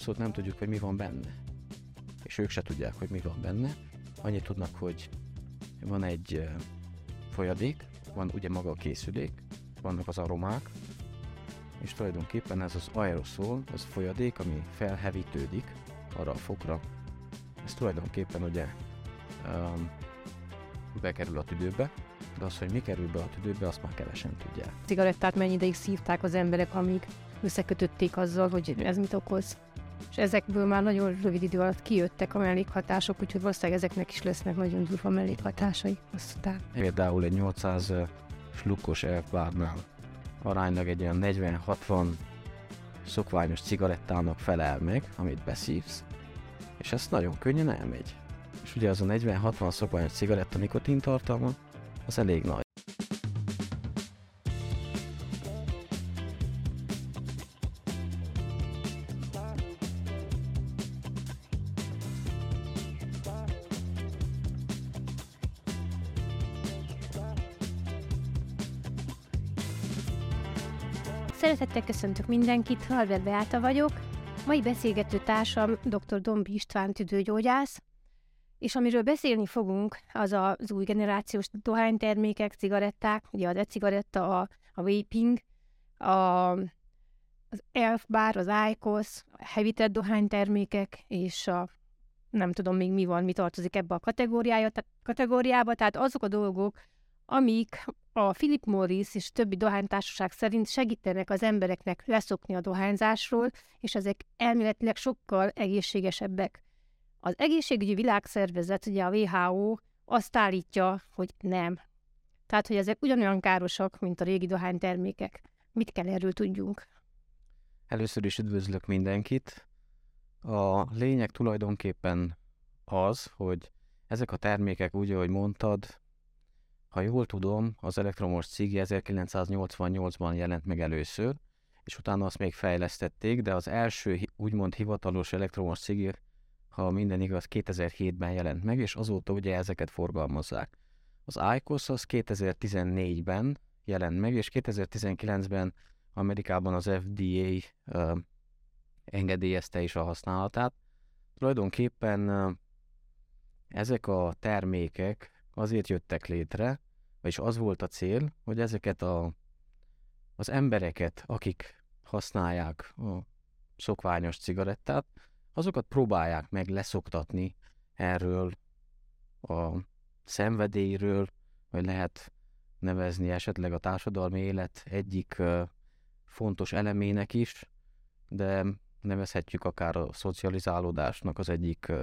abszolút nem tudjuk, hogy mi van benne. És ők se tudják, hogy mi van benne. Annyit tudnak, hogy van egy folyadék, van ugye maga a készülék, vannak az aromák, és tulajdonképpen ez az aeroszol, az folyadék, ami felhevítődik arra a fokra. Ez tulajdonképpen ugye bekerül a tüdőbe, de az, hogy mi kerül be a tüdőbe, azt már kevesen tudják. Cigarettát mennyi ideig szívták az emberek, amíg összekötötték azzal, hogy ez mit okoz. És ezekből már nagyon rövid idő alatt kijöttek a mellékhatások, úgyhogy valószínűleg ezeknek is lesznek nagyon durva mellékhatásai aztán. Például egy 800 slukkos elfbárnál aránylag egy olyan 40-60 szokványos cigarettának felel meg, amit beszívsz, és ez nagyon könnyen elmegy. És ugye az a 40-60 szokványos cigaretta nikotintartalma, az elég nagy. Szeretettel köszöntök mindenkit, Albert Beáta vagyok. Mai beszélgető társam dr. Dombi István tüdőgyógyász, és amiről beszélni fogunk, az az új generációs dohánytermékek, cigaretták, ugye az e-cigaretta, a vaping, az elfbár, az IQOS, a hevített dohánytermékek, és nem tudom még mi tartozik ebbe a kategóriába, tehát azok a dolgok, amik a Philip Morris és többi dohánytársaság szerint segítenek az embereknek leszokni a dohányzásról, és ezek elméletileg sokkal egészségesebbek. Az Egészségügyi Világszervezet, ugye a WHO azt állítja, hogy nem. Tehát, hogy ezek ugyanolyan károsak, mint a régi dohánytermékek. Mit kell erről tudjunk? Először is üdvözlök mindenkit. A lényeg tulajdonképpen az, hogy ezek a termékek úgy, ahogy mondtad, ha jól tudom, az elektromos cigi 1988-ban jelent meg először, és utána azt még fejlesztették, de az első úgymond hivatalos elektromos cigi, ha minden igaz, 2007-ben jelent meg, és azóta ugye ezeket forgalmazzák. Az IQOS az 2014-ben jelent meg, és 2019-ben Amerikában az FDA engedélyezte is a használatát. Tulajdonképpen ezek a termékek azért jöttek létre, vagyis az volt a cél, hogy ezeket az embereket, akik használják a szokványos cigarettát, azokat próbálják meg leszoktatni erről a szenvedélyről, vagy lehet nevezni esetleg a társadalmi élet egyik fontos elemének is, de nevezhetjük akár a szocializálódásnak az egyik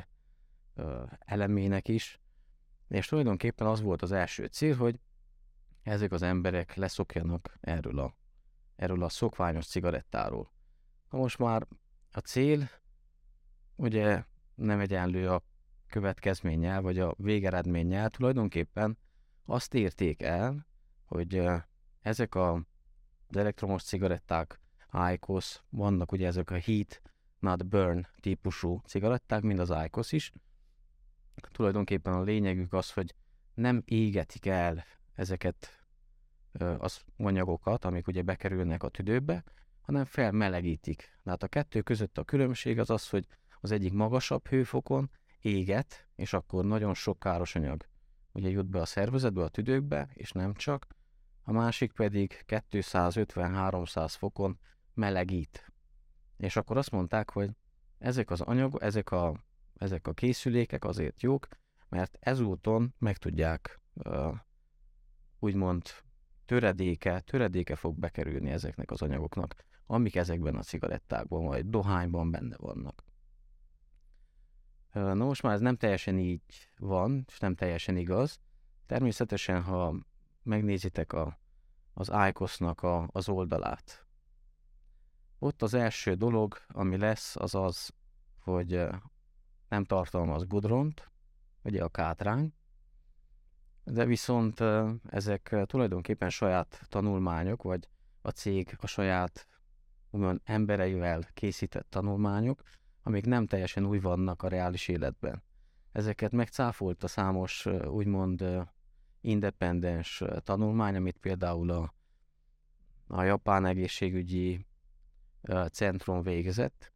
elemének is. És tulajdonképpen az volt az első cél, hogy ezek az emberek leszokjanak erről a szokványos cigarettáról. Na most már a cél ugye nem egyenlő a következménnyel, vagy a végeredménnyel. Tulajdonképpen azt érték el, hogy ezek az elektromos cigaretták, IQOS, vannak ugye ezek a heat, not burn típusú cigaretták, mind az IQOS is. Tulajdonképpen a lényegük az, hogy nem égetik el ezeket az anyagokat, amik ugye bekerülnek a tüdőbe, hanem felmelegítik. Tehát a kettő között a különbség az az, hogy az egyik magasabb hőfokon éget, és akkor nagyon sok káros anyag ugye jut be a szervezetbe, a tüdőkbe, és nem csak. A másik pedig 250-300 fokon melegít. És akkor azt mondták, hogy ezek az anyagok, ezek a készülékek azért jók, mert ezúton meg tudják, úgymond töredéke fog bekerülni ezeknek az anyagoknak, amik ezekben a cigarettákban vagy dohányban benne vannak. Na most már ez nem teljesen így van, és nem teljesen igaz. Természetesen, ha megnézitek az IQOS-nak az oldalát, ott az első dolog, ami lesz, az az, hogy nem tartalmaz budront, ugye a kátrány, de viszont ezek tulajdonképpen saját tanulmányok, vagy a cég a saját embereivel készített tanulmányok, amik nem teljesen új vannak a reális életben. Ezeket megcáfolta számos úgymond independens tanulmány, amit például a Japán Egészségügyi Centrum végzett,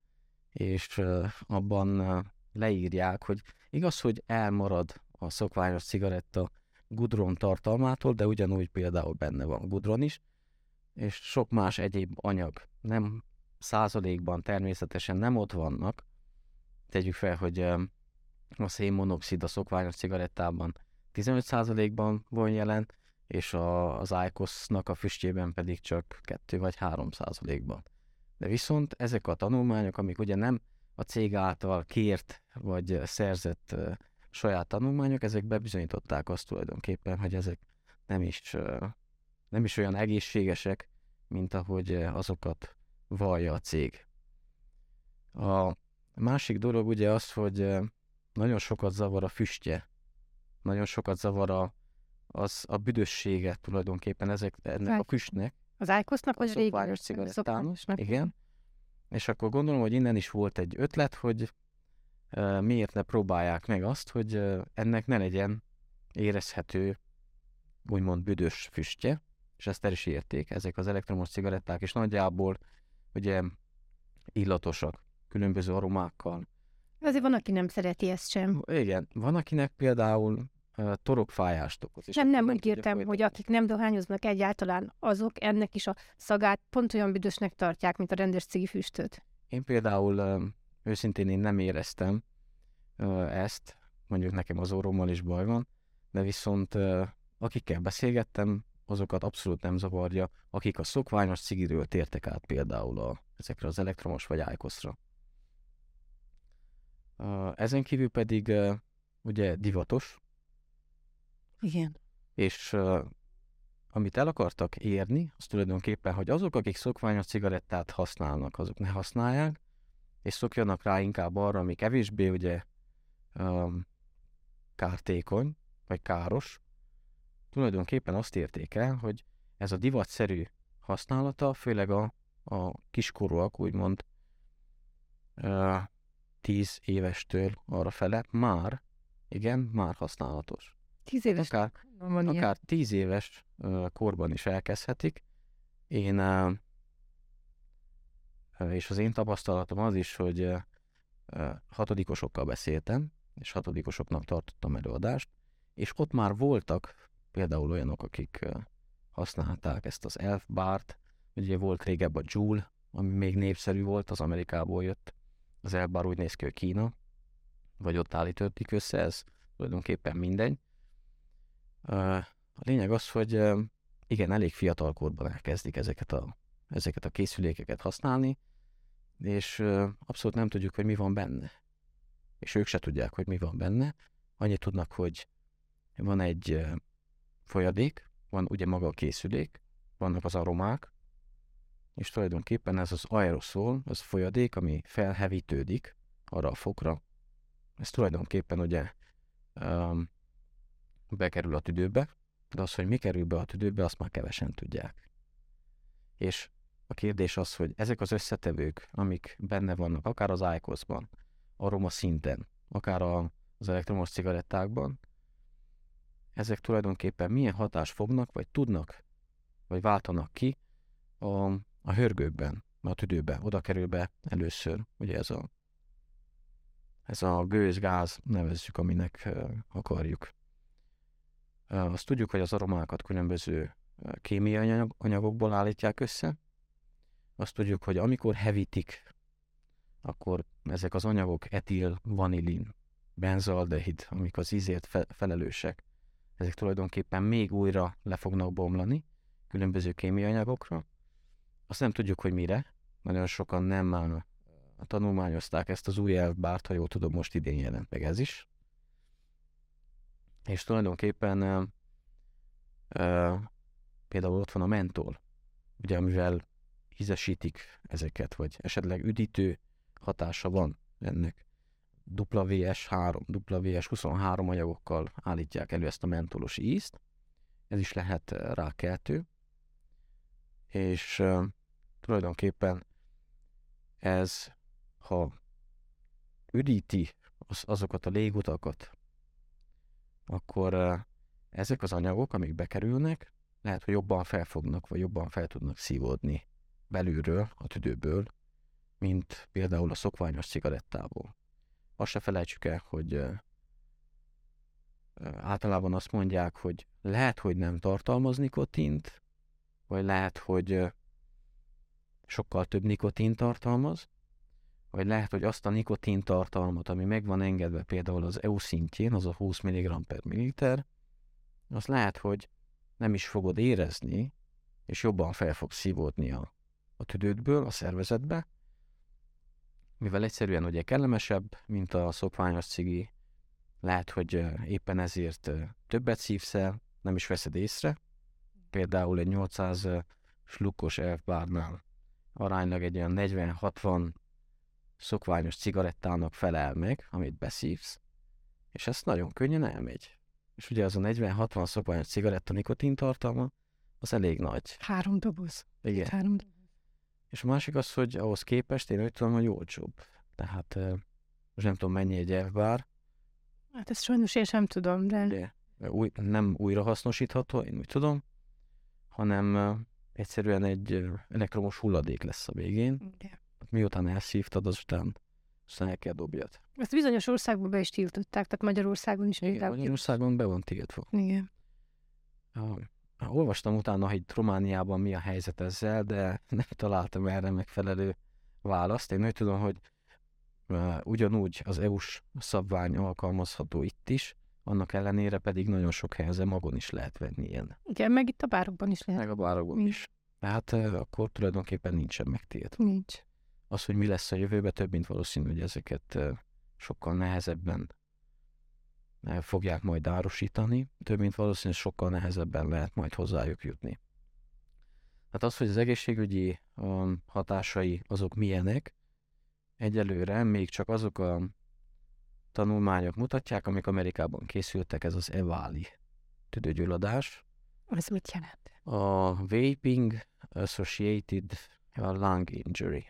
és abban leírják, hogy igaz, hogy elmarad a szokványos cigaretta gudron tartalmától, de ugyanúgy például benne van gudron is, és sok más egyéb anyag nem százalékban természetesen nem ott vannak. Tegyük fel, hogy a szénmonoxid a szokványos cigarettában 15%-ban van jelen, és az IQOS-nak a füstjében pedig csak 2 vagy 3%-ban. De viszont ezek a tanulmányok, amik ugye nem a cég által kért vagy szerzett saját tanulmányok, ezek bebizonyították azt tulajdonképpen, hogy ezek nem is olyan egészségesek, mint ahogy azokat vallja a cég. A másik dolog ugye az, hogy nagyon sokat zavar a füstje, nagyon sokat zavar a büdössége tulajdonképpen ennek a füstnek. Az IQOS-nak vagy a régi szokványos cigarettának? szokványosnak? Igen. És akkor gondolom, hogy innen is volt egy ötlet, hogy miért ne próbálják meg azt, hogy ennek ne legyen érezhető, úgymond büdös füstje, és ezt el is érték. Ezek az elektromos cigaretták is nagyjából ugye illatosak, különböző aromákkal. Azért van, aki nem szereti ezt sem. Igen, van akinek például torokfájást okoz. Nem úgy értem, hogy akik nem dohányoznak egyáltalán, azok ennek is a szagát pont olyan büdösnek tartják, mint a rendes cigifüstöt. Én például őszintén én nem éreztem ezt, mondjuk nekem az orrommal is baj van, de viszont akikkel beszélgettem, azokat abszolút nem zavarja, akik a szokványos cigiről tértek át például ezekre az elektromos vagy IQOS-ra. Ezen kívül pedig ugye divatos. Igen. És amit el akartak érni, az tulajdonképpen, hogy azok, akik szokványos cigarettát használnak, azok ne használják, és szokjanak rá inkább arra, ami kevésbé ugye kártékony, vagy káros. Tulajdonképpen azt érték el, hogy ez a divatszerű használata, főleg a kiskorúak, úgymond 10 évestől arrafele már használatos. 10 éves Akár 10 éves korban is elkezdhetik. És az én tapasztalatom az is, hogy hatodikosokkal beszéltem, és hatodikosoknak tartottam előadást, és ott már voltak például olyanok, akik használták ezt az Elf bárt, ugye volt régebb a Juul, ami még népszerű volt, az Amerikából jött. Az Elf bár úgy néz ki, hogy Kína, vagy ott állítottik össze, ez tulajdonképpen mindegy. A lényeg az, hogy igen, elég fiatal korban elkezdik ezeket a készülékeket használni, és abszolút nem tudjuk, hogy mi van benne. És ők se tudják, hogy mi van benne. Annyit tudnak, hogy van egy folyadék, van ugye maga a készülék, vannak az aromák, és tulajdonképpen ez az aeroszol, az folyadék, ami felhevítődik arra a fokra. Ez tulajdonképpen ugye bekerül a tüdőbe, de az, hogy mi kerül be a tüdőbe, azt már kevesen tudják. És a kérdés az, hogy ezek az összetevők, amik benne vannak, akár az IQOS-ban, aroma szinten, akár az elektromos cigarettákban, ezek tulajdonképpen milyen hatást fognak, vagy tudnak, vagy váltanak ki a hörgőkben, a tüdőben. Oda kerül be először, ugye ez a gőzgáz, nevezzük, aminek akarjuk. Azt tudjuk, hogy az aromákat különböző kémiai anyagokból állítják össze. Azt tudjuk, hogy amikor hevítik, akkor ezek az anyagok etil, vanilin, benzaldehid, amik az ízért felelősek, ezek tulajdonképpen még újra le fognak bomlani különböző kémiai anyagokra. Azt nem tudjuk, hogy mire. Nagyon sokan nem tanulmányozták ezt az új elfbárt, ha jól tudom, most idén jelent meg ez is. És tulajdonképpen például ott van a mentol, ugye, amivel ízesítik ezeket, vagy esetleg üdítő hatása van ennek. WS3, WS23 anyagokkal állítják elő ezt a mentolos ízt. Ez is lehet rákeltő. És tulajdonképpen ez, ha üdíti azokat a légutakat, akkor ezek az anyagok, amik bekerülnek, lehet, hogy jobban felfognak, vagy jobban fel tudnak szívódni belülről, a tüdőből, mint például a szokványos cigarettából. Azt se felejtsük el, hogy általában azt mondják, hogy lehet, hogy nem tartalmaz nikotint, vagy lehet, hogy sokkal több nikotint tartalmaz, vagy lehet, hogy azt a nikotin tartalmat, ami meg van engedve például az EU szintjén, az a 20 mg per milliliter, azt lehet, hogy nem is fogod érezni, és jobban fel fog szívódni a tüdődből, a szervezetbe, mivel egyszerűen ugye kellemesebb, mint a szokványos cigi, lehet, hogy éppen ezért többet szívsz el, nem is veszed észre. Például egy 800 slukkos elfbárnál aránylag egy olyan 40-60 szokványos cigarettának felel meg, amit beszívsz, és ez nagyon könnyen elmegy. És ugye az a 40-60 szokványos cigaretta nikotintartalma, az elég nagy. 3 doboz. Igen. 3 doboz. És a másik az, hogy ahhoz képest én úgy tudom, hogy olcsóbb. Tehát most nem tudom mennyi egy elfbár. Hát ezt sajnos én sem tudom, de... Nem újrahasznosítható, én úgy tudom, hanem egyszerűen egy elektromos hulladék lesz a végén. Igen. Miután elszívtad, azután el kell dobjad. Ezt bizonyos országban be is tiltották, tehát Magyarországon is Igen, például. Magyarországon be van tiltva. Igen. Olvastam utána, hogy Romániában mi a helyzet ezzel, de nem találtam erre megfelelő választ. Én úgy tudom, hogy ugyanúgy az EU-s szabvány alkalmazható itt is, annak ellenére pedig nagyon sok helyen magon is lehet venni ilyen. Igen, meg itt a bárokban is lehet. Meg a bárokban is. Tehát akkor tulajdonképpen nincsen megtiltva. Nincs. Az, hogy mi lesz a jövőben, több mint valószínű, hogy ezeket sokkal nehezebben fogják majd árusítani, több mint valószínű, sokkal nehezebben lehet majd hozzájuk jutni. Hát az, hogy az egészségügyi hatásai azok milyenek, egyelőre még csak azok a tanulmányok mutatják, amik Amerikában készültek, ez az EVALI tüdőgyulladás. Ez mit jelent? A Vaping Associated Lung Injury.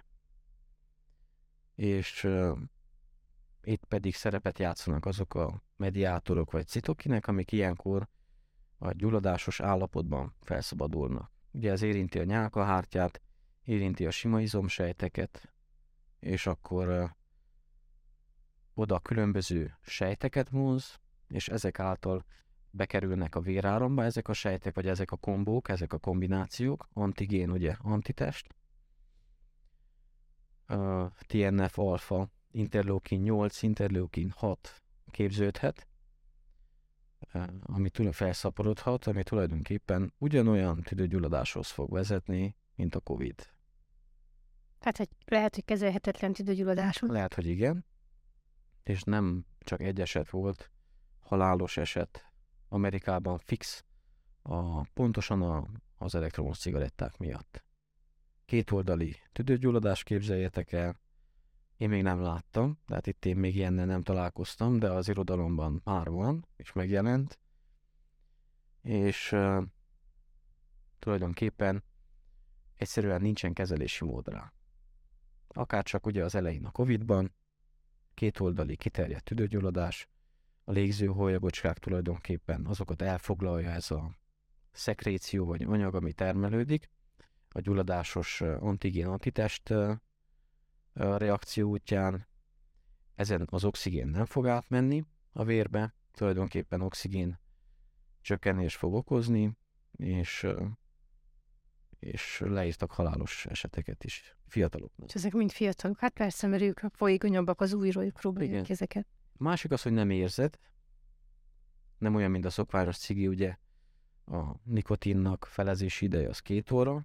És itt pedig szerepet játszanak azok a mediátorok vagy citokinek, amik ilyenkor a gyulladásos állapotban felszabadulnak. Ugye ez érinti a nyálkahártyát, érinti a sima izomsejteket, és akkor oda különböző sejteket vonz, és ezek által bekerülnek a véráramba ezek a sejtek, vagy ezek a kombók, ezek a kombinációk, antigén, ugye, antitest, TNF-alfa, interleukin 8, interleukin 6 képződhet, ami felszaporodhat, ami tulajdonképpen ugyanolyan tüdőgyulladáshoz fog vezetni, mint a COVID. Tehát lehet, hogy kezelhetetlen tüdőgyulladáshoz. Lehet, hogy igen, és nem csak egy eset volt, halálos eset Amerikában fix, pontosan az elektromos cigaretták miatt. Kétoldali tüdőgyulladást képzeljétek el, én még nem láttam, tehát itt én még ilyennel nem találkoztam, de az irodalomban már van, és megjelent, és tulajdonképpen egyszerűen nincsen kezelési mód rá. Akárcsak ugye az elején a Covid-ban, kétoldali kiterjedt tüdőgyulladás, a légzőhólyagocskák tulajdonképpen azokat elfoglalja ez a szekréció vagy anyag, ami termelődik, a gyulladásos antigén-antitest reakció útján, ezen az oxigén nem fog átmenni a vérbe, tulajdonképpen oxigén csökkenés fog okozni, és leírtak halálos eseteket is fiataloknak. És ezek mind fiatalok. Hát persze, mert ők folyékonyabbak az újról, próbálják ezeket. Másik az, hogy nem érzed, nem olyan, mint a szokványos cigi, ugye a nikotinnak felezési ideje az 2 óra.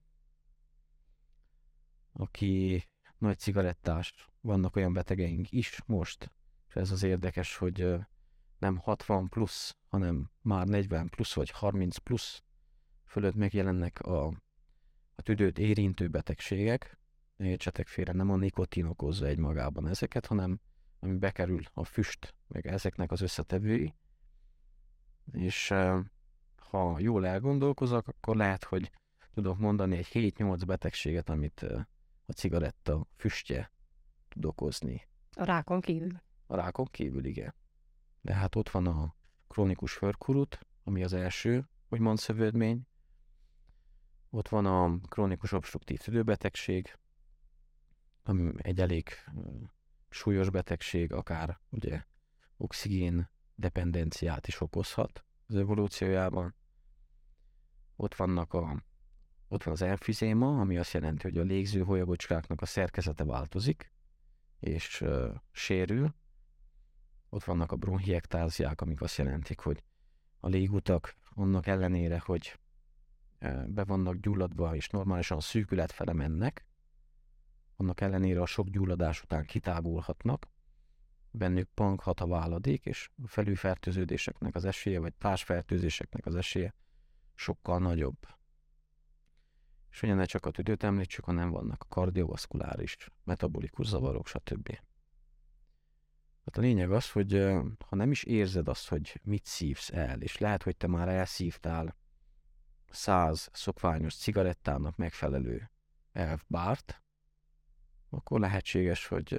Aki nagy cigarettás, vannak olyan betegeink is most, és ez az érdekes, hogy nem 60 plusz, hanem már 40 plusz vagy 30 plusz fölött megjelennek a tüdőt érintő betegségek. Ne értsetek félre, nem a nikotin okozza egymagában ezeket, hanem ami bekerül a füst, meg ezeknek az összetevői. És ha jól elgondolkozok, akkor lehet, hogy tudok mondani egy 7-8 betegséget, amit a cigaretta füstje tud okozni. A rákon kívül. A rákon kívül, igen. De hát ott van a krónikus förkurut, ami az első, úgymond szövődmény. Ott van a krónikus obstruktív tüdőbetegség, ami egy elég súlyos betegség, akár ugye oxigén dependenciát is okozhat az evolúciójában. Ott van az emfizéma, ami azt jelenti, hogy a légző holyagocskáknak a szerkezete változik, és sérül. Ott vannak a bronchiektáziák, amik azt jelentik, hogy a légutak annak ellenére, hogy be vannak gyulladva, és normálisan szűkület fele mennek, annak ellenére a sok gyulladás után kitágulhatnak, bennük pankhat a váladék, és a felülfertőződéseknek az esélye, vagy társfertőzéseknek az esélye sokkal nagyobb. És ugye ne csak a tüdőt említsük, hanem vannak a kardiovaszkuláris, metabolikus zavarok, stb. Hát a lényeg az, hogy ha nem is érzed azt, hogy mit szívsz el, és lehet, hogy te már elszívtál 100 szokványos cigarettának megfelelő elfbárt, akkor lehetséges, hogy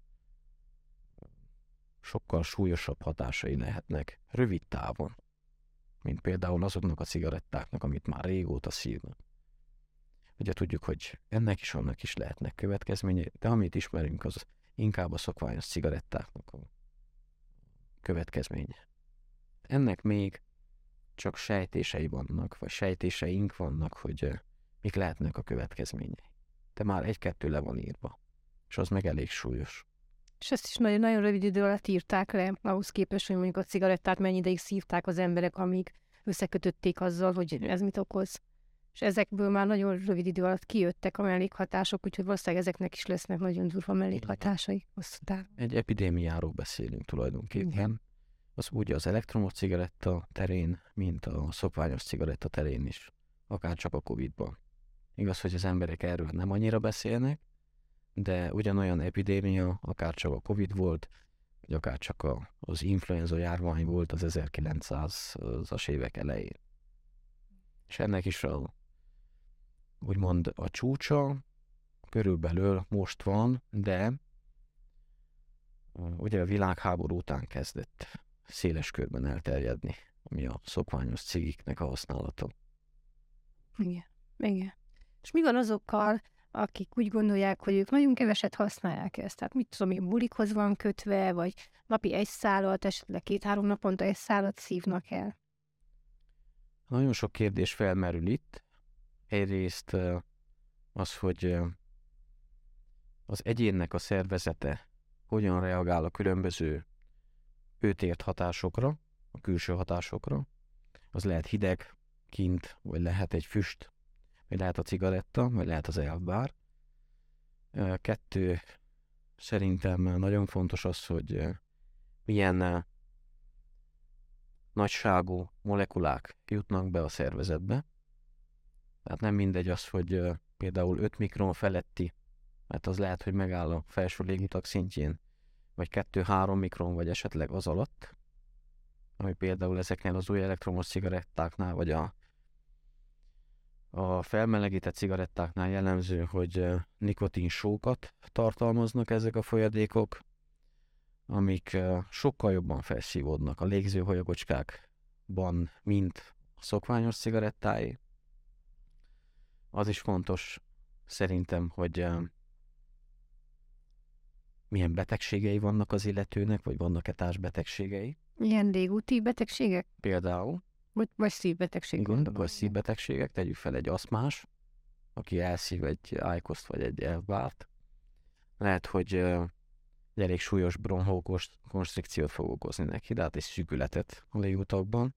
sokkal súlyosabb hatásai lehetnek rövid távon, mint például azoknak a cigarettáknak, amit már régóta szívnak. Ugye tudjuk, hogy ennek is annak is lehetnek következményei, de amit ismerünk, az inkább a szokványos cigarettáknak a következménye. Ennek még csak sejtései vannak, vagy sejtéseink vannak, hogy mik lehetnek a következményei. De már egy-kettő le van írva, és az meg elég súlyos. És ezt is nagyon-nagyon rövid idő alatt írták le, ahhoz képest, hogy mondjuk a cigarettát mennyi ideig szívták az emberek, amíg összekötötték azzal, hogy ez mit okoz. És ezekből már nagyon rövid idő alatt kijöttek a mellékhatások, úgyhogy valószínűleg ezeknek is lesznek nagyon durva mellékhatásai hosszú távon. Egy epidémiáról beszélünk tulajdonképpen. Igen. Az úgy az elektromos cigaretta terén, mint a szokványos cigaretta terén is, akár csak a Covid-ban. Igaz, hogy az emberek erről nem annyira beszélnek, de ugyanolyan epidémia, akár csak a Covid volt, vagy akár csak az influenza járvány volt az 1900-as évek elején. És ennek is úgymond a csúcsa körülbelül most van, de ugye a világháború után kezdett széles körben elterjedni, ami a szokványos cigiknek a használata. Igen. És mi van azokkal, akik úgy gondolják, hogy ők nagyon keveset használják ezt? Tehát mit tudom én, bulikhoz van kötve, vagy napi egy szálat, esetleg 2-3 naponta egy szálat szívnak el? Nagyon sok kérdés felmerül itt. Egyrészt az, hogy az egyénnek a szervezete hogyan reagál a különböző őt ért hatásokra, a külső hatásokra. Az lehet hideg kint, vagy lehet egy füst, vagy lehet a cigaretta, vagy lehet az elfbár. 2, szerintem nagyon fontos az, hogy milyen nagyságú molekulák jutnak be a szervezetbe. Tehát nem mindegy az, hogy például 5 mikron feletti, mert az lehet, hogy megáll a felső légutak szintjén, vagy 2-3 mikron, vagy esetleg az alatt, ami például ezeknél az új elektromos cigarettáknál, vagy a felmelegített cigarettáknál jellemző, hogy nikotinsókat tartalmaznak ezek a folyadékok, amik sokkal jobban felszívódnak a légző holyagocskákban, mint a szokványos cigarettáé. Az is fontos szerintem, hogy milyen betegségei vannak az illetőnek, vagy vannak-e társbetegségei. Ilyen légúti betegségek? Például. Vagy szívbetegségek. Igen, vagy szívbetegségek. Tegyük fel egy asztmás, aki elszív egy ájkoszt vagy egy elfbárt. Lehet, hogy elég súlyos bronchokonstrikciót fog okozni neki, de hát egy szűkületet a légutakban.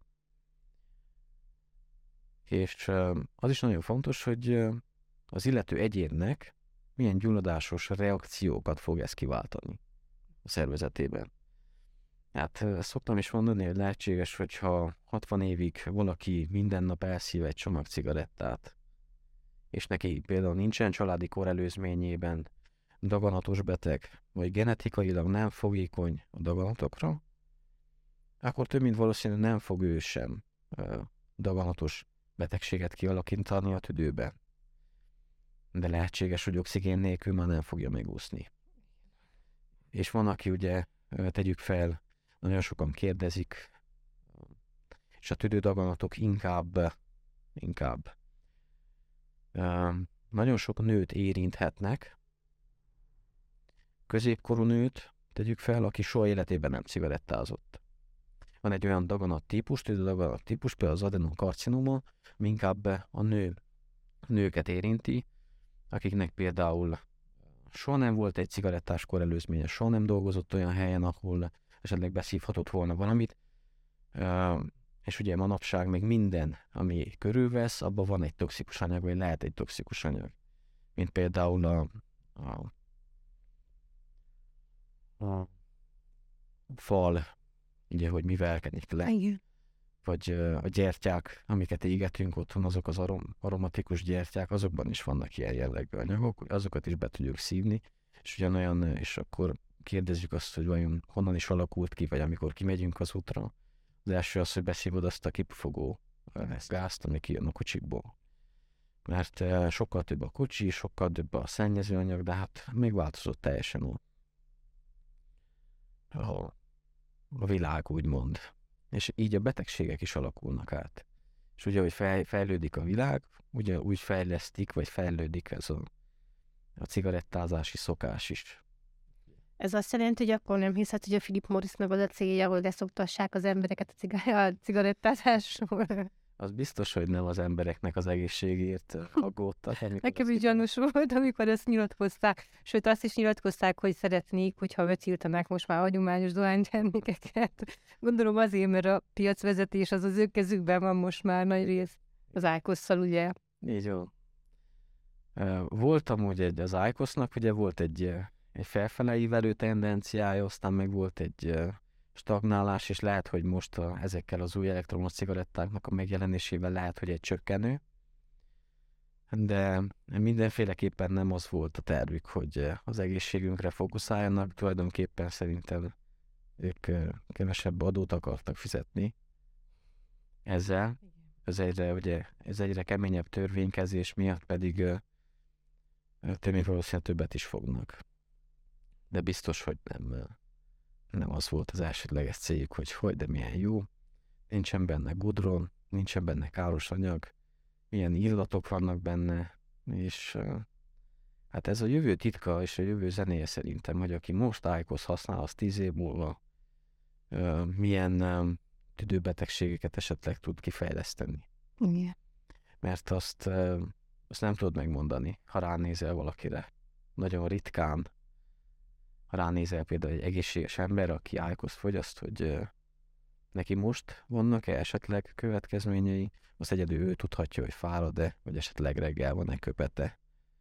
És az is nagyon fontos, hogy az illető egyénnek milyen gyulladásos reakciókat fog ez kiváltani a szervezetében. Hát szoktam is mondani, hogy lehetséges, hogyha 60 évig valaki minden nap elszív egy csomag cigarettát, és neki például nincsen családi korelőzményében daganatos beteg, vagy genetikailag nem fogékony a daganatokra, akkor több mint valószínű nem fog ő sem daganatos betegséget kialakítani a tüdőben. De lehetséges, hogy oxigén nélkül már nem fogja megúszni. És van, aki ugye, tegyük fel, nagyon sokan kérdezik, és a tüdődaganatok inkább nagyon sok nőt érinthetnek, középkorú nőt tegyük fel, aki soha életében nem cigarettázott. Van egy olyan daganat típus, például az adenokarcinoma, ami inkább a nőket érinti, akiknek például soha nem volt egy cigarettás korelőzménye, soha nem dolgozott olyan helyen, ahol esetleg beszívhatott volna valamit, és ugye manapság még minden, ami körülvesz, abban van egy toxikus anyag, vagy lehet egy toxikus anyag. Mint például a fal, ugye, hogy mivelkedik le. Igen. Vagy a gyertyák, amiket égetünk otthon, azok az aromatikus gyertyák, azokban is vannak ilyen jellegű anyagok, azokat is be tudjuk szívni, és ugyanolyan, és akkor kérdezzük azt, hogy vajon honnan is alakult ki, vagy amikor kimegyünk az útra. Az első az, hogy beszívod azt a kipufogó gázt, ami kijön a kocsikból. Mert sokkal több a kocsi, sokkal több a szennyezőanyag, de hát még változott teljesen a világ, úgymond. És így a betegségek is alakulnak át. És ugye, hogy fejlődik a világ, ugye úgy fejlesztik, vagy fejlődik ez a cigarettázási szokás is. Ez azt jelenti, hogy akkor nem hiszed, hogy a Philip Morrisnak az a célja, hogy leszoktassák az embereket a cigarettázásról? Az biztos, hogy nem az embereknek az egészségért aggódtak. Nekem is gyanús volt, amikor ezt nyilatkozták. Sőt, azt is nyilatkozták, hogy szeretnék, hogyha betiltanák most már hagyományos dohánytermékeket. Gondolom azért, mert a piacvezetés az ő kezükben van most már nagy rész. Az IQOS-szal, ugye? Így van. Volt amúgy az IQOS-nak, ugye volt egy felfele ívelő tendenciája, aztán meg volt egy stagnálás, és lehet, hogy most ezekkel az új elektromos cigarettáknak a megjelenésével lehet, hogy egy csökkenő. De mindenféleképpen nem az volt a tervük, hogy az egészségünkre fókuszáljanak, tulajdonképpen szerintem ők kevesebb adót akartak fizetni. Ezzel, ez egyre keményebb törvénykezés miatt pedig valószínűleg többet is fognak. De biztos, hogy nem az volt az elsődleges céljuk, hogy de milyen jó, nincsen benne gudron, nincsen benne káros anyag, milyen illatok vannak benne, és hát ez a jövő titka és a jövő zenéje szerintem, hogy aki most IQOS használ, az 10 év múlva milyen tüdőbetegségeket esetleg tud kifejleszteni. Igen. Mert azt nem tudod megmondani, ha ránézel valakire. Nagyon ritkán, ha ránézel például egy egészséges ember, aki IQOS fogyaszt, hogy neki most vannak-e esetleg következményei, azt egyedül ő tudhatja, hogy fárad-e, vagy esetleg reggel van-e köpete.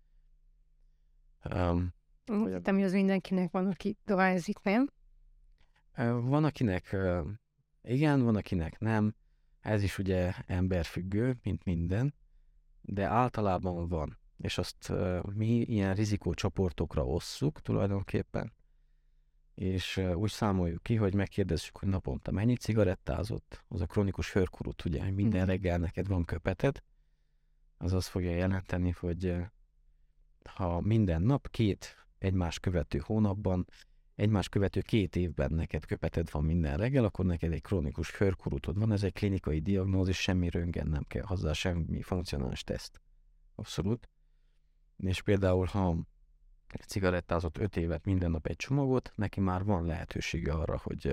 Hittem, hogy az mindenkinek van, aki dohányzik, nem? Van, akinek igen, van, akinek nem. Ez is ugye emberfüggő, mint minden, de általában van. És azt mi ilyen rizikócsoportokra osszuk tulajdonképpen, és úgy számoljuk ki, hogy megkérdezzük, hogy naponta mennyi cigarettázott, az a krónikus hőrkurut, ugye, hogy minden reggel neked van köpeted, az azt fogja jelenteni, hogy ha minden nap 2 egymást követő hónapban, egymást követő 2 évben neked köpeted van minden reggel, akkor neked egy krónikus hőrkurutod van, ez egy klinikai diagnózis, semmi röntgen nem kell hozzá, semmi funkcionális teszt. Abszolút. És például, ha cigarettázott 5 évet minden nap egy csomagot, neki már van lehetősége arra, hogy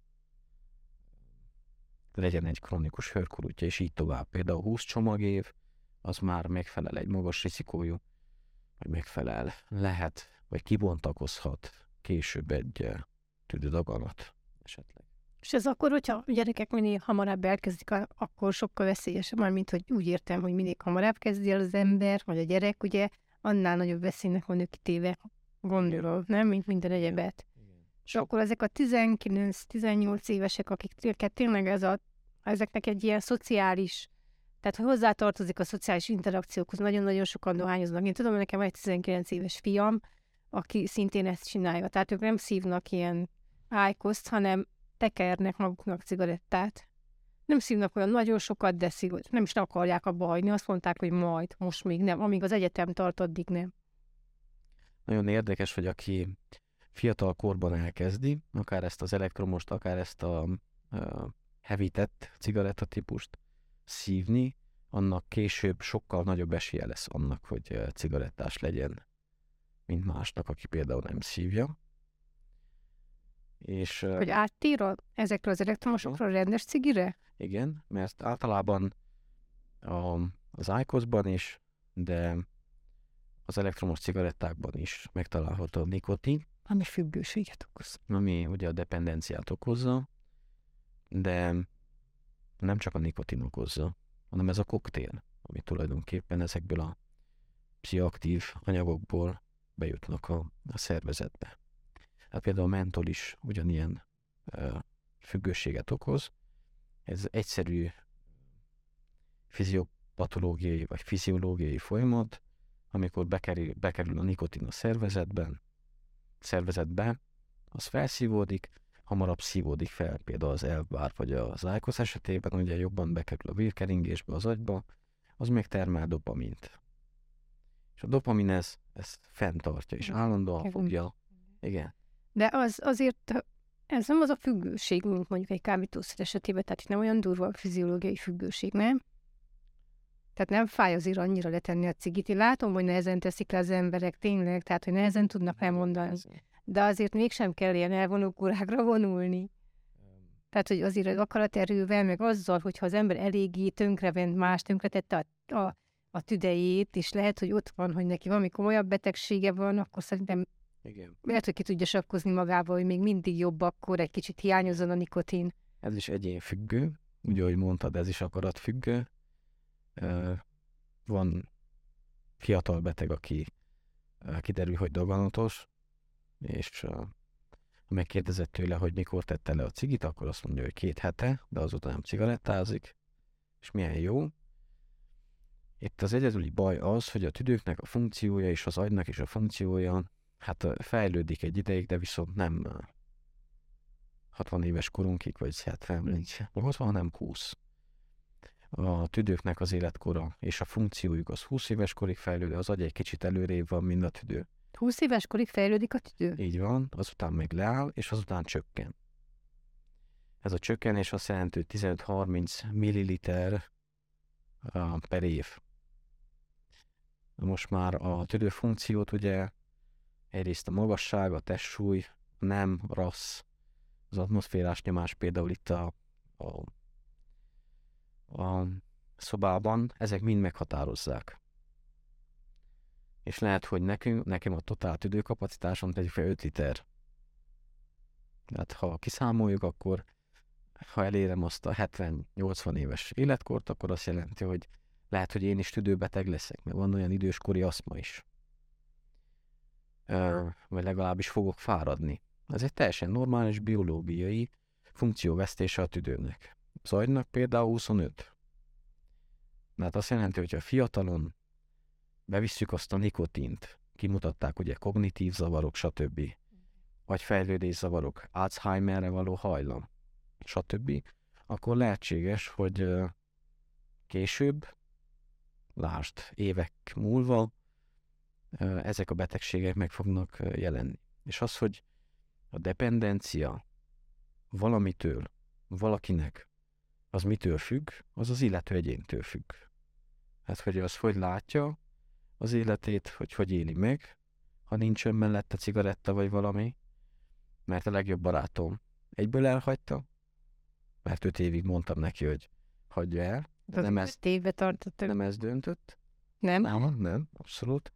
legyen egy krónikus hőrkurutja, és így tovább. Például 20 csomagév, az már megfelel egy magas rizikójú, vagy megfelel, lehet, vagy kibontakozhat később egy tüdődaganat esetleg. És ez akkor, hogyha a gyerekek minél hamarabb elkezdik, akkor sokkal veszélyesebb, már mint hogy úgy értem, hogy minél hamarabb kezdi el az ember, vagy a gyerek, ugye, annál nagyobb veszélynek van ő kitéve, gondolom, nem? Mint minden egyebet. És akkor ezek a 19-18 évesek, akik tényleg ezeknek egy ilyen szociális, tehát hogy hozzátartozik a szociális interakciókhoz, nagyon-nagyon sokan dohányoznak. Én tudom, hogy nekem egy 19 éves fiam, aki szintén ezt csinálja. Tehát ők nem szívnak ilyen IQOS-t, hanem tekernek maguknak cigarettát. Nem szívnak olyan nagyon sokat, de nem is akarják abba hagyni. Azt mondták, hogy majd, most még nem. Amíg az egyetem tart, addig nem. Nagyon érdekes, hogy aki fiatal korban elkezdi, akár ezt az elektromost, akár ezt a heavy-tett cigarettatípust szívni, annak később sokkal nagyobb esélye lesz annak, hogy cigarettás legyen. mint másnak, aki például nem szívja. És Hogy áttér ezekről az elektromosokról a rendes cigire? igen, mert általában az IQOS-ban is, de az elektromos cigarettákban is megtalálható a nikotin, Ami függőséget okoz. ami ugye a dependenciát okozza, de nem csak a nikotin okozza, hanem ez a koktél, ami tulajdonképpen ezekből a pszichoaktív anyagokból bejutnak a szervezetbe. Hát például a mentol is ugyanilyen függőséget okoz. Ez egyszerű fiziopatológiai vagy fiziológiai folyamat, amikor bekerül a nikotin a szervezetbe, az felszívódik, hamarabb szívódik fel, például az elvár vagy az IQOS esetében, ugye jobban bekerül a vérkeringésbe, az agyba, az még termel dopamint. És a dopamin ezt fenntartja, és állandóan fogja. Igen. De azért ez nem az a függőség, mint mondjuk egy kábítószer esetében, tehát itt nem olyan durva a fiziológiai függőség, nem? Tehát nem fáj azért annyira letenni a cigit. Én látom, hogy nehezen teszik le az emberek tényleg, tehát hogy nehezen tudnak elmondani. De azért mégsem kell ilyen elvonókúrákra vonulni. Tehát, hogy azért az akaraterővel, meg azzal, hogyha az ember eléggé tönkrement más, tönkretette a tüdejét, és lehet, hogy ott van, hogy neki valami komolyabb betegsége van, akkor szerintem Igen. lehet, hogy ki tudja sakkozni magával, hogy még mindig jobb akkor egy kicsit hiányozzon a nikotin. Ez is egyénfüggő, ugye, ahogy mondtad, ez is akaratfüggő. Van fiatal beteg, aki kiderül, hogy daganatos, és ha megkérdezett tőle, hogy mikor tette le a cigit, akkor azt mondja, hogy 2 hete, de azóta nem cigarettázik, és milyen jó. Itt az egyedüli baj az, hogy a tüdőknek a funkciója és az agynak is a funkciója, hát fejlődik egy ideig, de viszont nem 60 éves korunkig, vagy 70, 80, hanem 20. A tüdőknek az életkora és a funkciójuk az 20 éves korig fejlődik, az agy egy kicsit előrébb van, mint a tüdő. 20 éves korig fejlődik a tüdő? Így van, azután meg leáll, és azután csökken. Ez a csökkenés azt jelenti, hogy 15-30 milliliter per év. Most már a tüdő funkciót ugye egyrészt a magasság, a testsúly, a nem, a rassz, az atmoszférás nyomás például itt a szobában, ezek mind meghatározzák. És lehet, hogy nekem a totál tüdőkapacitásom tegyük fel 5 liter. Tehát ha kiszámoljuk, akkor ha elérem azt a 70-80 éves életkort, akkor azt jelenti, hogy lehet, hogy én is tüdőbeteg leszek, mert van olyan időskori aszma is. Vagy legalábbis fogok fáradni. Ez egy teljesen normális biológiai funkcióvesztése a tüdőnek. Az agynak például 25. Tehát azt jelenti, hogy ha fiatalon bevisszük azt a nikotint, kimutatták ugye kognitív zavarok, stb. Agyfejlődés zavarok, Alzheimerre való hajlam, stb. Akkor lehetséges, hogy később, lásd, évek múlva ezek a betegségek meg fognak jelenni. És az, hogy a dependencia valamitől, valakinek, az mitől függ, az az illető egyéntől függ. Hát, hogy az hogy látja az életét, hogy éli meg, ha nincsen mellette cigaretta vagy valami, mert a legjobb barátom egyből elhagyta, mert 5 évig mondtam neki, hogy hagyja el. De nem ez döntött. Nem? Nem, abszolút.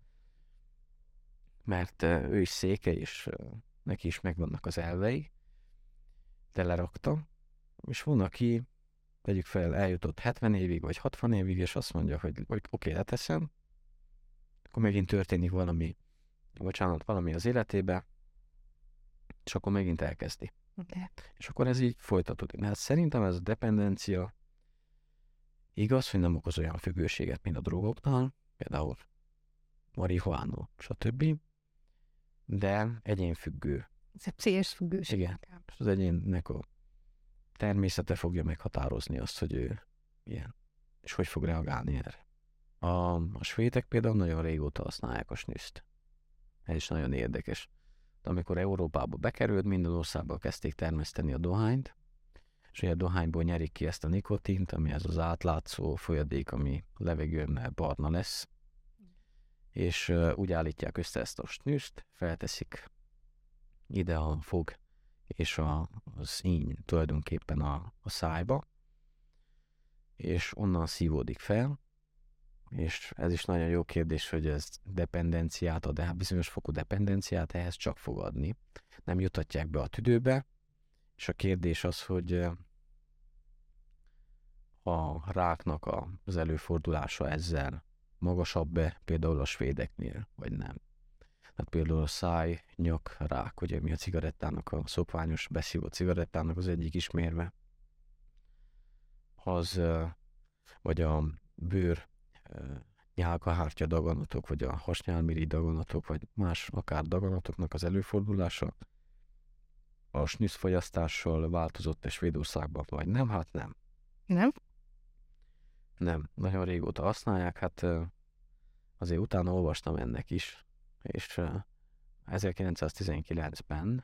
Mert ő is székely, és neki is megvannak az elvei, de lerakta, és van, aki tegyük fel, eljutott 70 évig, vagy 60 évig, és azt mondja, hogy oké, leteszem, akkor megint történik valami az életébe, és akkor megint elkezdi. Okay. És akkor ez így folytatódik. Hát szerintem ez a dependencia igaz, hogy nem okoz olyan függőséget, mint a drogoknál, például marihuánó, stb., de egyénfüggő. Ez egy pszichés függőség. Igen. És az egyénnek a természete fogja meghatározni azt, hogy ő ilyen, és hogy fog reagálni erre. A svédek például nagyon régóta használják a snuszt. Ez is nagyon érdekes. De amikor Európába bekerült, minden országban kezdték termeszteni a dohányt, és ugye a dohányból nyerik ki ezt a nikotint, ami ez az átlátszó folyadék, ami levegőn barna lesz, és úgy állítják össze ezt a snüszt, felteszik ide a fog és az íny tulajdonképpen a szájba, és onnan szívódik fel, és ez is nagyon jó kérdés, hogy ez dependenciát ad, de bizonyos fokú dependenciát ehhez csak fog adni. Nem jutatják be a tüdőbe, és a kérdés az, hogy a ráknak az előfordulása ezzel magasabb-e, például a svédeknél, vagy nem. Tehát például a száj-nyak rák, ugye mi a cigarettának, a szokványos beszívott cigarettának az egyik ismérve, az, vagy a bőr nyálkahártya daganatok, vagy a hasnyálmirigy daganatok, vagy más akár daganatoknak az előfordulása a snüszfogyasztással változott-e Svédországban, vagy nem? Hát nem. Nem? Nem. Nagyon régóta használják, hát azért utána olvastam ennek is, és 1919-ben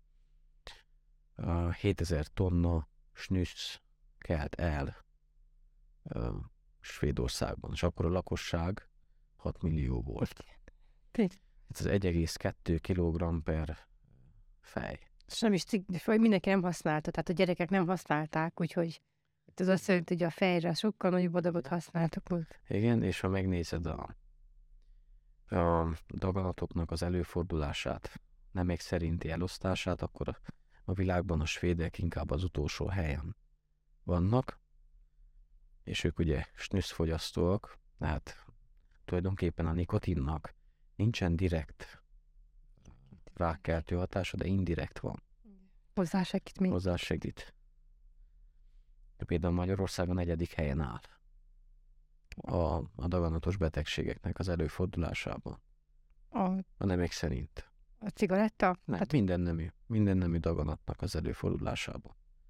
7000 tonna snüsz kelt el Svédországban, és akkor a lakosság 6 millió volt. Ez az 1,2 kg per fej. És nem is vagy mindenki nem használta, tehát a gyerekek nem használták, úgyhogy ez azt jelenti, hogy a fejre sokkal nagyobb adagot használtak volt. Igen, és ha megnézed a daganatoknak az előfordulását, nemek szerinti elosztását, akkor a világban a svédek inkább az utolsó helyen vannak, és ők ugye snüszfogyasztóak, tehát tulajdonképpen a nikotinnak nincsen direkt rákkeltő hatása, de indirekt van. Hozzásegít még. Hozzásegít. Például Magyarországon 4. helyen áll a daganatos betegségeknek az előfordulásában. A nemek szerint. A cigaretta? Nem, tehát minden nemű daganatnak az előfordulásában.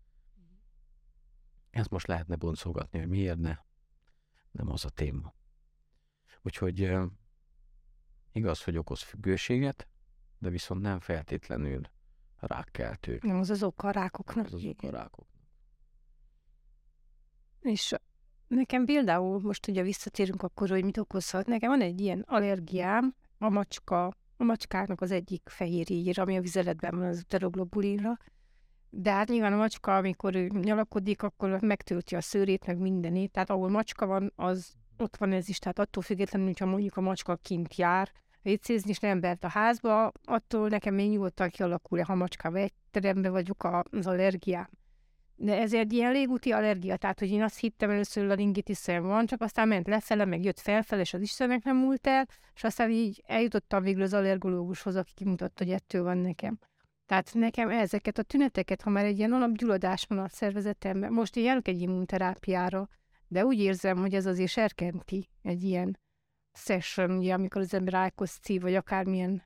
Ezt most lehetne boncolgatni, hogy miért ne. Nem az a téma. Úgyhogy igaz, hogy okoz függőséget, de viszont nem feltétlenül rákkeltő. Nem az oka a rákoknak. Az oka a rákoknak. És nekem például, most ugye visszatérünk akkor, hogy mit okozhat. Nekem van egy ilyen allergiám, a macskáknak az egyik fehérjére, ami a vizeletben van, az uteroglobulinra. De hát nyilván a macska, amikor ő nyalakodik, akkor megtölti a szőrét, meg mindenét. Tehát ahol macska van, ott van ez is. Tehát attól függetlenül, hogyha mondjuk a macska kint jár, vécézni, és nem bent a házba, attól nekem még nyugodtan kialakul, ha macskával egy teremben vagyok az allergiám. De ez egy ilyen légúti allergia, tehát hogy én azt hittem először, hogy a laringitisem van, csak aztán ment lefele, meg jött felfele, és az Istennek nem múlt el, és aztán így eljutottam végül az allergológushoz, aki kimutatta, hogy ettől van nekem. Tehát nekem ezeket a tüneteket, ha már egy ilyen alapgyulladás van a szervezetemben, most én járok egy immunterápiára, de úgy érzem, hogy ez azért serkenti egy ilyen session, ugye, amikor az ember ájkoszt szív, vagy akármilyen.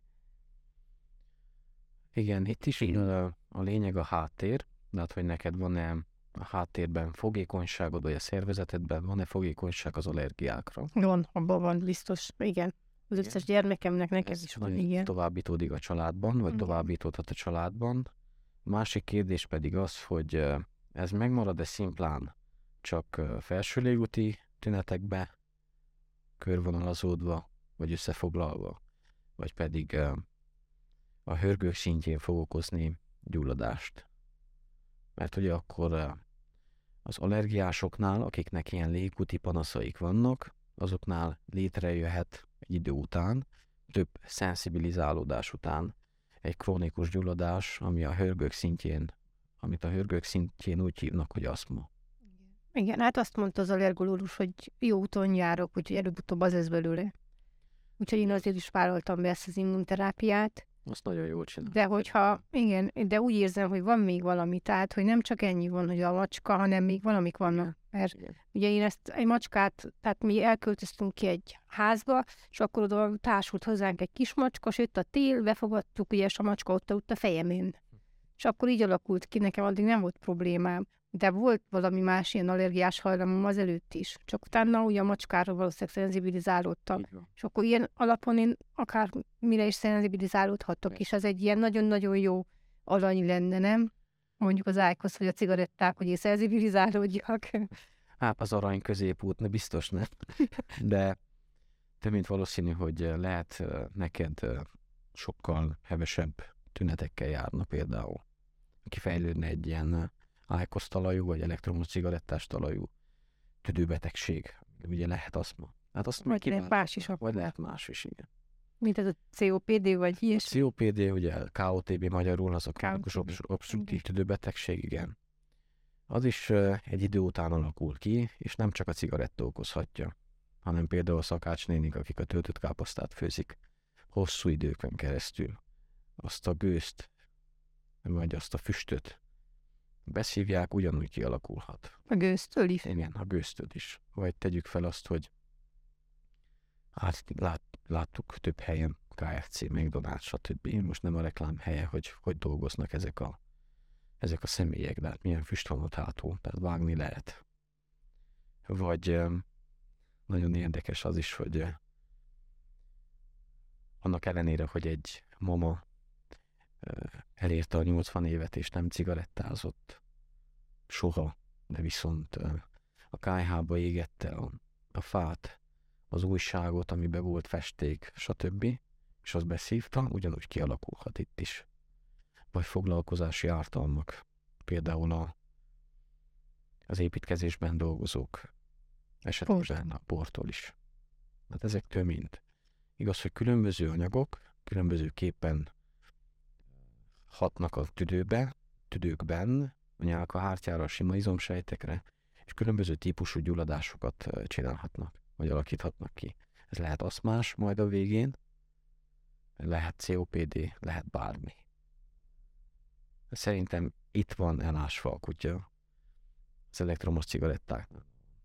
Igen, itt is a lényeg a háttér, tehát hogy neked van-e a háttérben fogékonyságod, vagy a szervezetedben van-e fogékonyság az allergiákra? Van, abban van biztos, igen. Az összes gyermekemnek nekem is van, igen. Továbbítódik a családban, vagy továbbítódhat a családban. Másik kérdés pedig az, hogy ez megmarad-e szimplán csak felső légúti tünetekbe körvonalazódva, vagy összefoglalva, vagy pedig a hörgők szintjén fog okozni gyulladást. Mert ugye akkor az allergiásoknál, akiknek ilyen légúti panaszaik vannak, azoknál létrejöhet egy idő után, több szensibilizálódás után egy krónikus gyulladás, amit a hörgők szintjén úgy hívnak, hogy aszma. Igen, hát azt mondta az allergológus, hogy jó úton járok, úgyhogy előbb-utóbb az lesz belőle. Úgyhogy én azért is vállaltam be ezt az immunterápiát. Azt nagyon jól csinál. De hogyha, igen, de úgy érzem, hogy van még valami, tehát, hogy nem csak ennyi van, hogy a macska, hanem még valamik vannak. Mert ugye én egy macskát, tehát mi elköltöztünk ki egy házba, és akkor oda társult hozzánk egy kis macska, és jött a tél, befogadtuk, ugye, és a macska ott a fejemén. És akkor így alakult ki, nekem addig nem volt problémám. De volt valami más ilyen allergiás hajlamom azelőtt is. Csak utána ugye a macskára valószínűleg szenzibilizálódtam. És akkor ilyen alapon én akár mire is szenzibilizálódhatok, és ez egy ilyen nagyon-nagyon jó alany lenne, nem? Mondjuk az ájkosz, vagy a cigaretták, hogy én szenzibilizálódjak. Hát az arany középút, ne biztos nem. De több mint valószínű, hogy lehet neked sokkal hevesebb tünetekkel járna például. Kifejlődne egy ilyen IQOS talajú, vagy elektromos cigarettás talajú tüdőbetegség. Ugye lehet aszma. Hát azt Vagy lehet más is. Vagy lehet más is, igen. Mint ez a COPD, vagy A ilyesmi. COPD, ugye KOTB magyarul, az a krónikus KOTB. obstruktív tüdőbetegség, igen. Az is egy idő után alakul ki, és nem csak a cigaretta okozhatja, hanem például a szakácsnénik, akik a töltött káposztát főzik hosszú időkön keresztül. Azt a gőzt, vagy azt a füstöt beszívják, ugyanúgy kialakulhat. A gőztől is. Igen, a gőztől is. Vagy tegyük fel azt, hogy láttuk több helyen, KFC, McDonald's, stb. Most nem a reklám helye, hogy dolgoznak ezek a személyek, de hát milyen füst van ott hátul, tehát vágni lehet. Vagy nagyon érdekes az is, hogy annak ellenére, hogy egy mama elérte a 80 évet és nem cigarettázott soha, de viszont a kályhába égette a fát, az újságot, amiben volt festék, stb., és az beszívta, ugyanúgy kialakulhat itt is. Vagy foglalkozási ártalmak, például az építkezésben dolgozók esetében a portól is. Hát ezektől mind. Igaz, hogy különböző anyagok különbözőképpen hatnak a tüdőkben, a nyálkahártyára, a sima izomsejtekre, és különböző típusú gyulladásokat csinálhatnak, vagy alakíthatnak ki. Ez lehet aszmás majd a végén, lehet COPD, lehet bármi. Szerintem itt van elásva a kutya az elektromos cigarettáknak.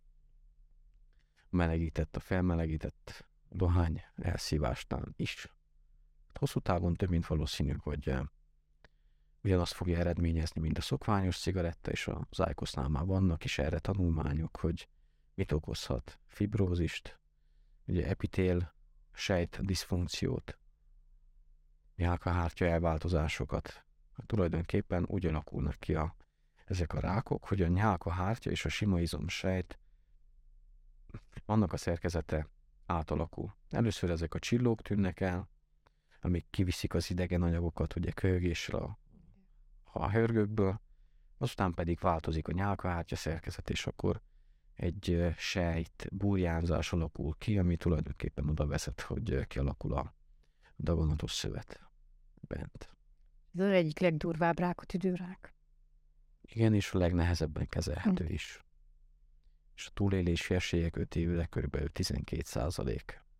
A felmelegített dohány elszívásnál is. Hosszú távon több mint valószínű, hogy ugyanazt fogja eredményezni, mint a szokványos cigaretta, és az IQOS-nál már vannak is erre tanulmányok, hogy mit okozhat fibrózist, ugye epitél sejt diszfunkciót, nyálkahártya elváltozásokat. Tulajdonképpen úgy alakulnak ki ezek a rákok, hogy a nyálkahártya és a sima izomsejt annak a szerkezete átalakul. Először ezek a csillók tűnnek el, amik kiviszik az idegen anyagokat, ugye köhögésre a hörgőkből, azután pedig változik a nyálkahártya szerkezet, és akkor egy sejt burjánzás alakul ki, ami tulajdonképpen oda vezet, hogy kialakul a daganatos szövet bent. Ez az egyik legdurvább rák, a tüdőrák. Igen, és a legnehezebben kezelhető is. És a túlélési esélyek 5 évre kb. 12%.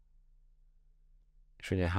És ugye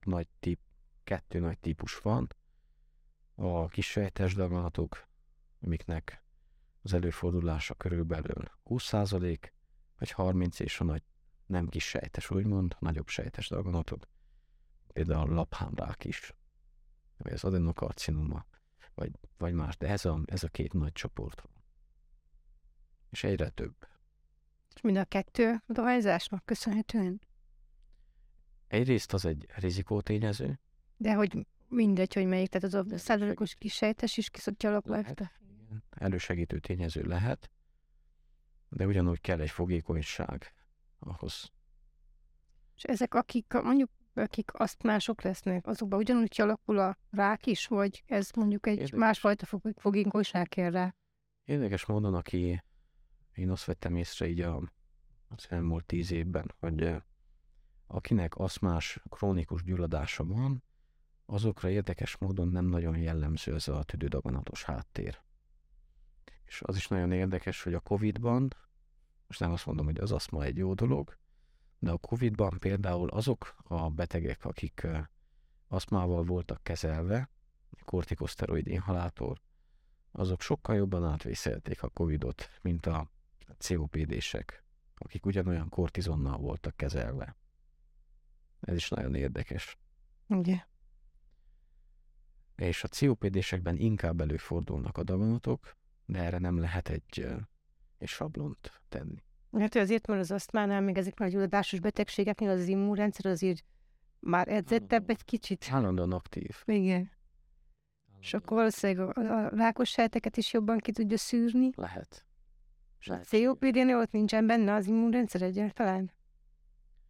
2 nagy típus van. A kissejtes daganatok, amiknek az előfordulása körülbelül 20%, vagy 30%, és a nagy nem kissejtes, úgymond, nagyobb sejtes daganatok. Például a laphámrák is, vagy az adenokarcinoma, vagy más, de ez a 2 nagy csoport van. És egyre több. És mind a 2 dohányzásnak köszönhetően? Egyrészt az egy rizikótényező. De hogy mindegy, hogy melyik, tehát az a százalékos kissejtes is kiszokja alakulni. Elősegítő tényező lehet, de ugyanúgy kell egy fogékonyság ahhoz. És ezek, akik asztmások lesznek, azokban ugyanúgy kialakul a rák is, vagy ez mondjuk egy másfajta fogékonyság kell rá? Érdekes módon, én azt vettem észre így az elmúlt 10 évben, hogy akinek asztmás krónikus gyulladása van, azokra érdekes módon nem nagyon jellemző ez a tüdődaganatos háttér. És az is nagyon érdekes, hogy a Covid-ban, most nem azt mondom, hogy az asztma egy jó dolog, de a Covid-ban például azok a betegek, akik asztmával voltak kezelve, kortikoszteroid inhalátor, azok sokkal jobban átvészelték a Covidot, mint a COPD-sek, akik ugyanolyan kortizonnal voltak kezelve. Ez is nagyon érdekes. Ugye? És a COPD-sekben inkább előfordulnak a daganatok, de erre nem lehet egy sablont tenni. Hát azért, mert az asztmánál, még ezek nagy gyulladásos betegségeknél az immunrendszer azért már edzettebb egy kicsit. Állandóan aktív. Igen. És akkor valószínűleg a rákos sejteket is jobban ki tudja szűrni. Lehet. A COPD-nél ott nincsen benne az immunrendszer egyáltalán?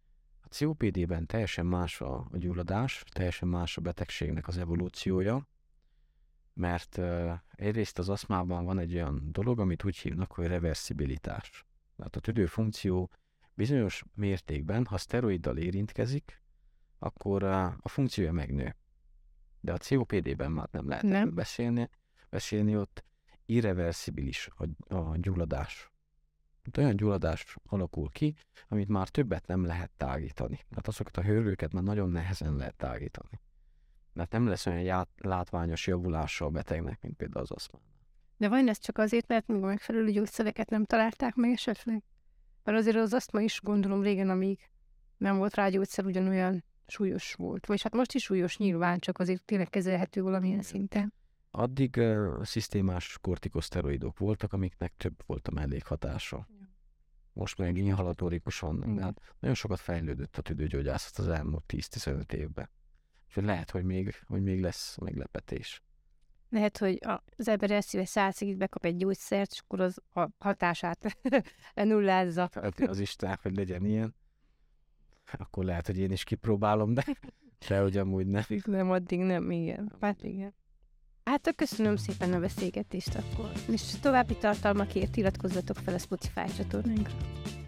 COPD-ben teljesen más a gyulladás, teljesen más a betegségnek az evolúciója, mert egyrészt az aszmában van egy olyan dolog, amit úgy hívnak, hogy reversibilitás. Tehát a tüdőfunkció bizonyos mértékben, ha szteroiddal érintkezik, akkor a funkciója megnő. De a COPD-ben már nem lehet erről beszélni, ott irreversibilis a gyulladás. Olyan gyulladás alakul ki, amit már többet nem lehet tágítani. Tehát azokat a hőrőket már nagyon nehezen lehet tágítani. Mert nem lesz olyan látványos javulása a betegnek, mint például az aszmán. De vajon ez csak azért, mert még a megfelelő gyógyszereket nem találták meg esetleg? Mert azért az asztma is gondolom régen, amíg nem volt rá gyógyszer, ugyanolyan súlyos volt. Vagy hát most is súlyos nyilván, csak azért tényleg kezelhető valamilyen szinten. Addig szisztémás kortikoszteroidok voltak, amiknek több volt a mellékhatása. Most meg inhalatorikusan, hát nagyon sokat fejlődött a tüdőgyógyászat az elmúlt 10-15 évben. Úgyhogy lehet, hogy még lesz meglepetés. Lehet, hogy az ember elszíves 100-ig bekap egy gyógyszert, és akkor az a hatását lenullázza. Az Isten, hogy legyen ilyen. Akkor lehet, hogy én is kipróbálom, de hogy amúgy nem. Nem, addig nem, igen. Hát igen. Hát köszönöm szépen a beszélgetést akkor. És további tartalmakért iratkozzatok fel a Spotify csatornánkra.